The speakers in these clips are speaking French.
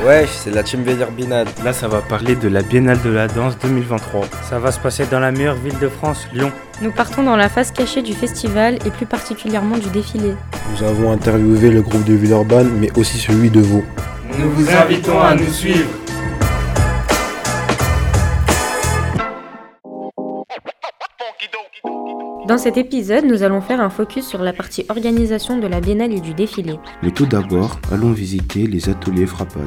Ouais, c'est la Team Binade. Là, ça va parler de la Biennale de la danse 2023. Ça va se passer dans la meilleure ville de France, Lyon. Nous partons dans la face cachée du festival et plus particulièrement du défilé. Nous avons interviewé le groupe de Villeurbanne, mais aussi celui de Vaud. Nous vous invitons à nous suivre. Dans cet épisode, nous allons faire un focus sur la partie organisation de la Biennale et du défilé. Mais tout d'abord, allons visiter les ateliers Frappaz.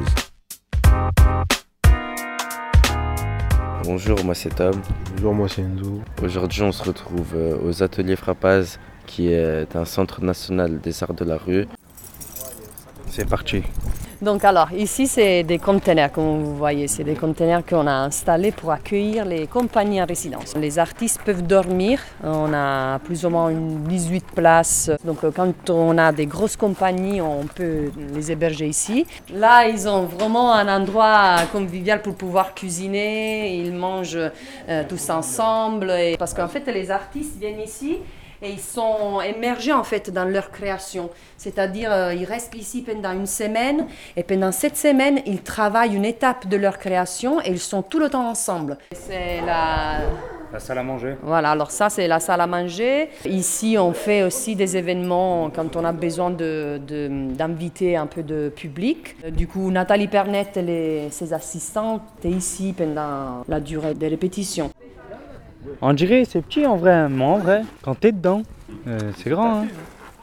Bonjour, moi c'est Tom. Bonjour, moi c'est Enzo. Aujourd'hui, on se retrouve aux ateliers Frappaz, qui est un centre national des arts de la rue. C'est parti. Donc alors, ici c'est des containers, comme vous voyez, c'est des containers qu'on a installés pour accueillir les compagnies en résidence. Les artistes peuvent dormir, on a plus ou moins 18 places, donc quand on a des grosses compagnies, on peut les héberger ici. Là, ils ont vraiment un endroit convivial pour pouvoir cuisiner, ils mangent tous ensemble, parce qu'en fait les artistes viennent ici et ils sont émergés en fait dans leur création. C'est-à-dire ils restent ici pendant une semaine et pendant cette semaine, ils travaillent une étape de leur création et ils sont tout le temps ensemble. C'est La salle à manger. Voilà, alors ça c'est la salle à manger. Ici on fait aussi des événements quand on a besoin d'inviter un peu de public. Du coup Nathalie Pernette et ses assistantes étaient ici pendant la durée des répétitions. On dirait c'est petit en vrai, mais en vrai, quand t'es dedans, c'est grand. Hein.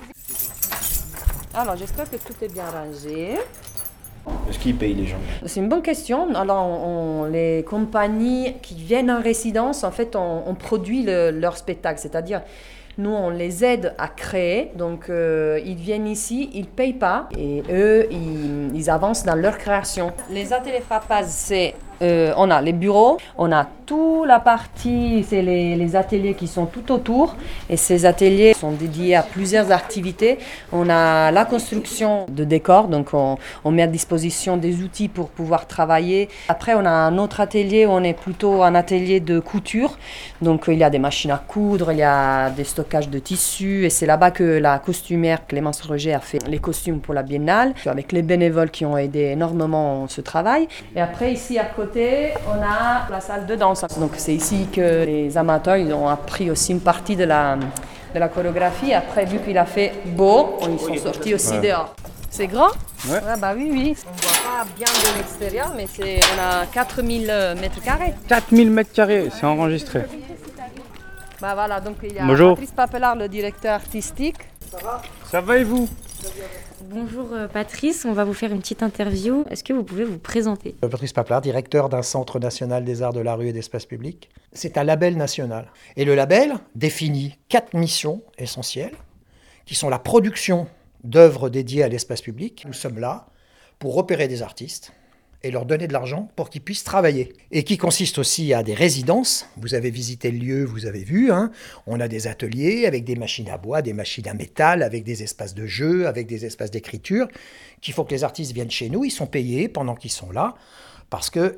Alors j'espère que tout est bien rangé. Est-ce qu'ils payent les gens? C'est une bonne question. Alors les compagnies qui viennent en résidence, en fait, on produit leur spectacle, c'est-à-dire nous, on les aide à créer, donc ils viennent ici, ils ne payent pas et eux, ils avancent dans leur création. Les ateliers Frappaz, c'est on a les bureaux, on a toute la partie, c'est les ateliers qui sont tout autour et ces ateliers sont dédiés à plusieurs activités. On a la construction de décors, donc on met à disposition des outils pour pouvoir travailler. Après, on a un autre atelier où on est plutôt un atelier de couture, donc il y a des machines à coudre, il y a des stockages de tissus et c'est là-bas que la costumière Clémence Roger a fait les costumes pour la Biennale, avec les bénévoles qui ont aidé énormément ce travail. Et après, ici à côté, on a la salle de danse. Donc c'est ici que les amateurs ils ont appris aussi une partie de la chorégraphie. Après, vu qu'il a fait beau, ils sont sortis aussi dehors. C'est grand? Ouais. Ah bah oui. On ne voit pas bien de l'extérieur, mais on a 4000 mètres carrés. 4000 mètres carrés, c'est enregistré. Bah voilà, donc il y a Bonjour. Patrice Papelard, le directeur artistique. Ça va et vous? Bonjour Patrice, on va vous faire une petite interview. Est-ce que vous pouvez vous présenter? Patrice Papelard, directeur d'un centre national des arts de la rue et d'espace public. C'est un label national. Et le label définit 4 missions essentielles, qui sont la production d'œuvres dédiées à l'espace public. Nous sommes là pour repérer des artistes et leur donner de l'argent pour qu'ils puissent travailler. Et qui consiste aussi à des résidences. Vous avez visité le lieu, vous avez vu. On a des ateliers avec des machines à bois, des machines à métal, avec des espaces de jeu, avec des espaces d'écriture, qu'il faut que les artistes viennent chez nous. Ils sont payés pendant qu'ils sont là. Parce que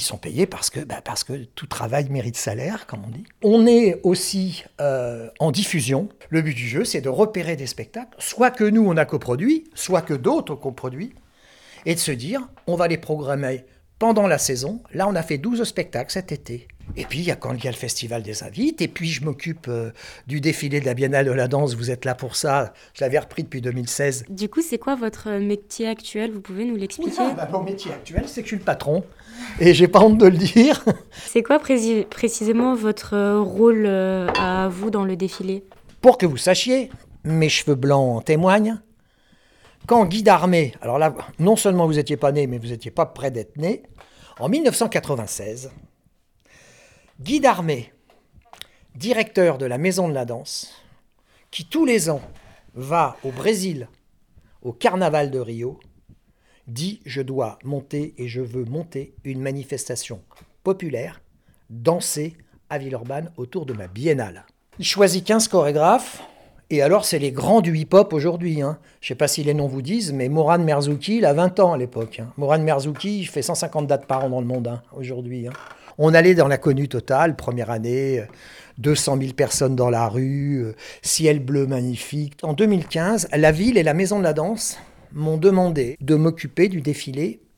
tout travail mérite salaire, comme on dit. On est aussi en diffusion. Le but du jeu, c'est de repérer des spectacles, soit que nous, on a coproduit, soit que d'autres coproduit, et de se dire, on va les programmer pendant la saison. Là, on a fait 12 spectacles cet été. Et puis, quand il y a le Festival des Invites, et puis je m'occupe du défilé de la Biennale de la danse, vous êtes là pour ça, je l'avais repris depuis 2016. Du coup, c'est quoi votre métier actuel? Vous pouvez nous l'expliquer? Mon métier actuel, c'est que je suis le patron, et j'ai pas honte de le dire. C'est quoi précisément votre rôle à vous dans le défilé? Pour que vous sachiez, mes cheveux blancs en témoignent. Quand Guy Darmé, alors là, non seulement vous n'étiez pas né, mais vous n'étiez pas près d'être né, en 1996, Guy Darmé, directeur de la Maison de la Danse, qui tous les ans va au Brésil, au Carnaval de Rio, dit « Je dois monter et je veux monter une manifestation populaire, danser à Villeurbanne autour de ma biennale. » Il choisit 15 chorégraphes. Et alors, c'est les grands du hip-hop aujourd'hui. Je ne sais pas si les noms vous disent, mais Moran Merzouki, il a 20 ans à l'époque. Moran Merzouki, il fait 150 dates par an dans le monde aujourd'hui. On allait dans la connue totale, première année, 200 000 personnes dans la rue, ciel bleu magnifique. En 2015, la ville et la Maison de la Danse m'ont demandé de m'occuper du défilé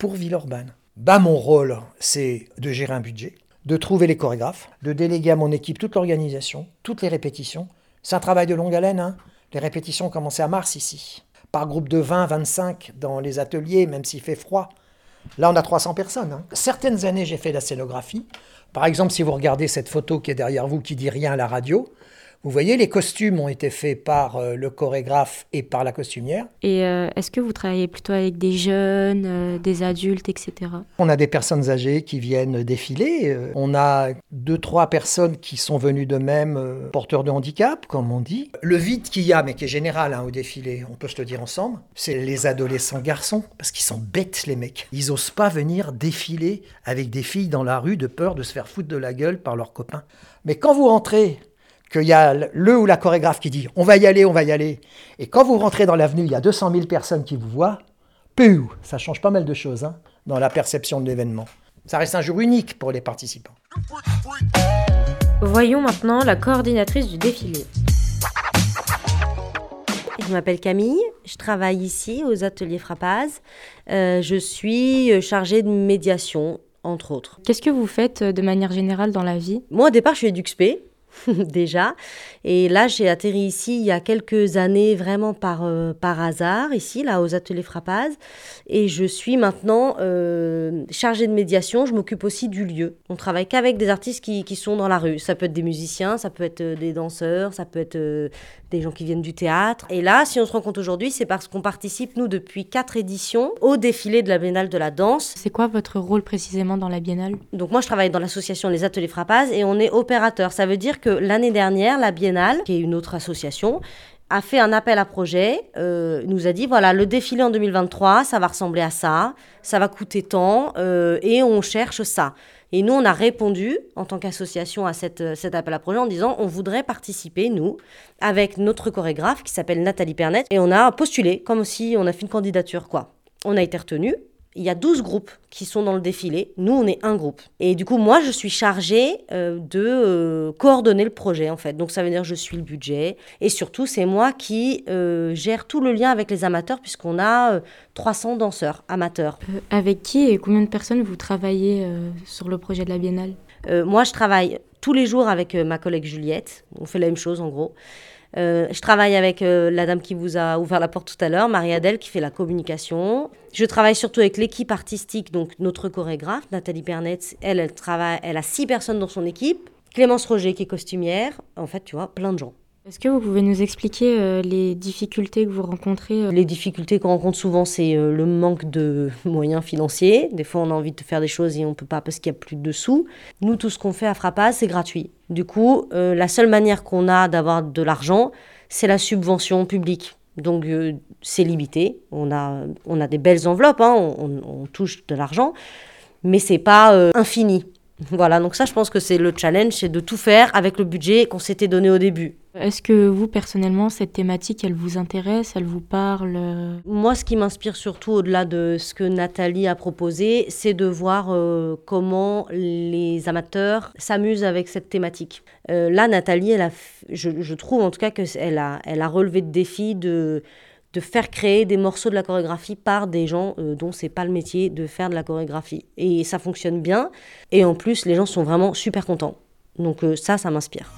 pour Villeurbanne. Mon rôle, c'est de gérer un budget, de trouver les chorégraphes, de déléguer à mon équipe toute l'organisation, toutes les répétitions. C'est un travail de longue haleine, hein. Les répétitions ont commencé à mars ici. Par groupe de 20, 25 dans les ateliers, même s'il fait froid. Là, on a 300 personnes. Hein. Certaines années, j'ai fait de la scénographie. Par exemple, si vous regardez cette photo qui est derrière vous, qui dit rien à la radio, vous voyez, les costumes ont été faits par le chorégraphe et par la costumière. Et est-ce que vous travaillez plutôt avec des jeunes, des adultes, etc. On a des personnes âgées qui viennent défiler. On a 2-3 personnes qui sont venues d'eux-mêmes porteurs de handicap, comme on dit. Le vide qu'il y a, mais qui est général au défilé, on peut se le dire ensemble, c'est les adolescents garçons, parce qu'ils sont bêtes les mecs. Ils osent pas venir défiler avec des filles dans la rue de peur de se faire foutre de la gueule par leurs copains. Mais quand vous rentrez, qu'il y a le ou la chorégraphe qui dit « on va y aller », et quand vous rentrez dans l'avenue, il y a 200 000 personnes qui vous voient, ça change pas mal de choses dans la perception de l'événement. Ça reste un jour unique pour les participants. Voyons maintenant la coordinatrice du défilé. Je m'appelle Camille, je travaille ici aux ateliers Frappaz. Je suis chargée de médiation, entre autres. Qu'est-ce que vous faites de manière générale dans la vie ? Moi, au départ, je suis EduxP. Déjà. Et là, j'ai atterri ici il y a quelques années vraiment par hasard, ici, là, aux ateliers Frappaz. Et je suis maintenant chargée de médiation. Je m'occupe aussi du lieu. On travaille qu'avec des artistes qui sont dans la rue. Ça peut être des musiciens, ça peut être des danseurs, ça peut être des gens qui viennent du théâtre. Et là, si on se rend compte aujourd'hui, c'est parce qu'on participe, nous, depuis 4 éditions, au défilé de la Biennale de la danse. C'est quoi votre rôle précisément dans la Biennale ? Donc moi, je travaille dans l'association Les Ateliers Frappaz et on est opérateur. Ça veut dire que l'année dernière, la Biennale, qui est une autre association, a fait un appel à projet, nous a dit, voilà, le défilé en 2023, ça va ressembler à ça va coûter tant, et on cherche ça. Et nous, on a répondu, en tant qu'association, à cet appel à projet en disant, on voudrait participer, nous, avec notre chorégraphe qui s'appelle Nathalie Pernette, et on a postulé, comme si on a fait une candidature, quoi. On a été retenus. Il y a 12 groupes qui sont dans le défilé. Nous, on est un groupe. Et du coup, moi, je suis chargée de coordonner le projet, en fait. Donc, ça veut dire que je suis le budget. Et surtout, c'est moi qui gère tout le lien avec les amateurs, puisqu'on a 300 danseurs amateurs. Avec qui et combien de personnes vous travaillez sur le projet de la Biennale ? Moi, je travaille tous les jours avec ma collègue Juliette. On fait la même chose, en gros. Je travaille avec la dame qui vous a ouvert la porte tout à l'heure, Marie-Adèle, qui fait la communication. Je travaille surtout avec l'équipe artistique, donc notre chorégraphe, Nathalie Pernette. Elle a 6 personnes dans son équipe. Clémence Roger, qui est costumière. En fait, tu vois, plein de gens. Est-ce que vous pouvez nous expliquer les difficultés que vous rencontrez ? Les difficultés qu'on rencontre souvent, c'est le manque de moyens financiers. Des fois, on a envie de faire des choses et on ne peut pas parce qu'il n'y a plus de sous. Nous, tout ce qu'on fait à Frappaz, c'est gratuit. Du coup, la seule manière qu'on a d'avoir de l'argent, c'est la subvention publique. Donc, c'est limité. On a des belles enveloppes, on touche de l'argent, mais ce n'est pas infini. Voilà, donc ça, je pense que c'est le challenge, c'est de tout faire avec le budget qu'on s'était donné au début. Est-ce que vous, personnellement, cette thématique, elle vous intéresse, elle vous parle ? Moi, ce qui m'inspire surtout, au-delà de ce que Nathalie a proposé, c'est de voir comment les amateurs s'amusent avec cette thématique. Là, Nathalie, je trouve en tout cas qu'elle a relevé le défi de faire créer des morceaux de la chorégraphie par des gens dont c'est pas le métier de faire de la chorégraphie. Et ça fonctionne bien. Et en plus, les gens sont vraiment super contents. Donc ça m'inspire.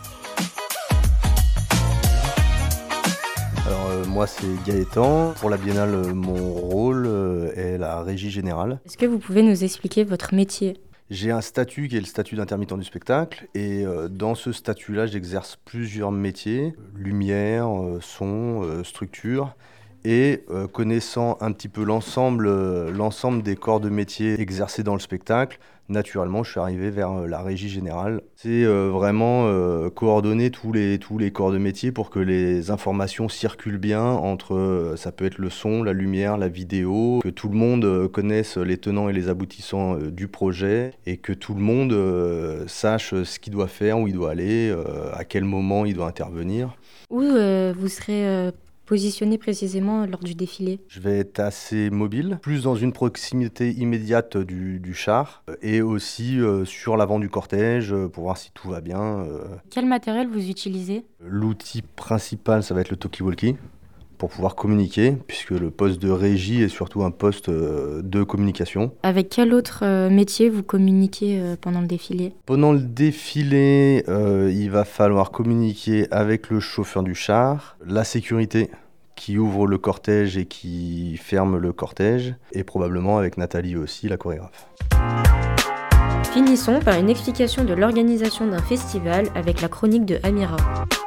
Alors moi, c'est Gaëtan. Pour la Biennale, mon rôle est la régie générale. Est-ce que vous pouvez nous expliquer votre métier ? J'ai un statut qui est le statut d'intermittent du spectacle et dans ce statut-là, j'exerce plusieurs métiers, lumière, son, structure. Et connaissant un petit peu l'ensemble des corps de métier exercés dans le spectacle, naturellement, je suis arrivé vers la régie générale. C'est vraiment coordonner tous les corps de métier pour que les informations circulent bien entre, ça peut être le son, la lumière, la vidéo, que tout le monde connaisse les tenants et les aboutissants du projet et que tout le monde sache ce qu'il doit faire, où il doit aller, à quel moment il doit intervenir. Où vous serez positionné précisément lors du défilé ? Je vais être assez mobile, plus dans une proximité immédiate du char et aussi sur l'avant du cortège pour voir si tout va bien. Quel matériel vous utilisez ? L'outil principal, ça va être le talkie-walkie pour pouvoir communiquer, puisque le poste de régie est surtout un poste de communication. Avec quel autre métier vous communiquez pendant le défilé ? Pendant le défilé, il va falloir communiquer avec le chauffeur du char, la sécurité qui ouvre le cortège et qui ferme le cortège, et probablement avec Nathalie aussi, la chorégraphe. Finissons par une explication de l'organisation d'un festival avec la chronique de Amira.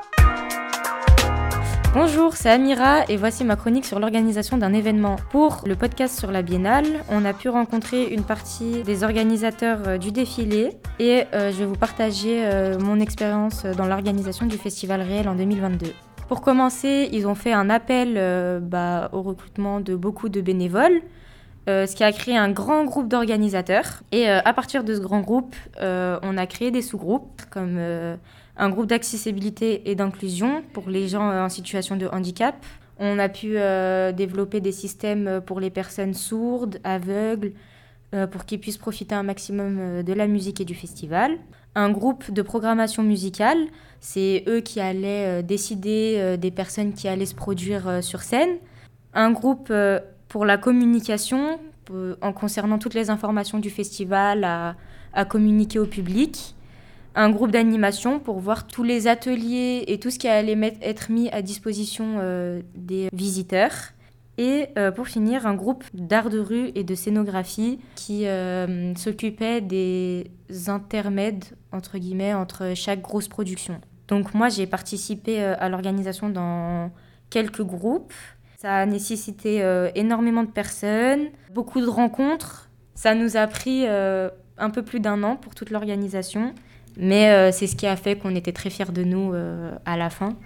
Bonjour, c'est Amira et voici ma chronique sur l'organisation d'un événement. Pour le podcast sur la Biennale, on a pu rencontrer une partie des organisateurs du défilé et je vais vous partager mon expérience dans l'organisation du Festival Réel en 2022. Pour commencer, ils ont fait un appel au recrutement de beaucoup de bénévoles, ce qui a créé un grand groupe d'organisateurs. Et à partir de ce grand groupe, on a créé des sous-groupes comme un groupe d'accessibilité et d'inclusion pour les gens en situation de handicap. On a pu développer des systèmes pour les personnes sourdes, aveugles, pour qu'ils puissent profiter un maximum de la musique et du festival. Un groupe de programmation musicale, c'est eux qui allaient décider des personnes qui allaient se produire sur scène. Un groupe pour la communication, en concernant toutes les informations du festival à communiquer au public. Un groupe d'animation pour voir tous les ateliers et tout ce qui allait être mis à disposition des visiteurs. Et pour finir, un groupe d'art de rue et de scénographie qui s'occupait des intermèdes, entre guillemets, entre chaque grosse production. Donc moi, j'ai participé à l'organisation dans quelques groupes. Ça a nécessité énormément de personnes, beaucoup de rencontres. Ça nous a pris un peu plus d'1 an pour toute l'organisation. Mais c'est ce qui a fait qu'on était très fiers de nous à la fin.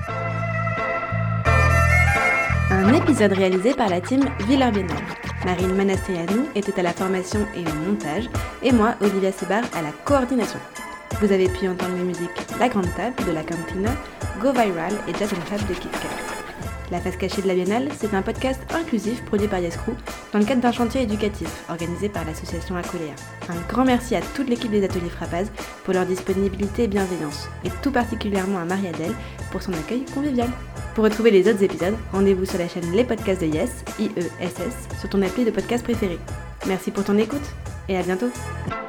Un épisode réalisé par la team Villars Biennale. Marine Manastrianou était à la formation et au montage, et moi, Olivia Sebar, à la coordination. Vous avez pu entendre les musiques La Grande Table de La Cantina, Go Viral et Jazz & Fab de Kit Kat. La face cachée de la Biennale, c'est un podcast inclusif produit par Yes Crew dans le cadre d'un chantier éducatif organisé par l'association Acoléa. Un grand merci à toute l'équipe des ateliers Frappaz pour leur disponibilité et bienveillance, et tout particulièrement à Marie-Adèle pour son accueil convivial. Pour retrouver les autres épisodes, rendez-vous sur la chaîne Les Podcasts de Yes, IESS, sur ton appli de podcast préféré. Merci pour ton écoute et à bientôt.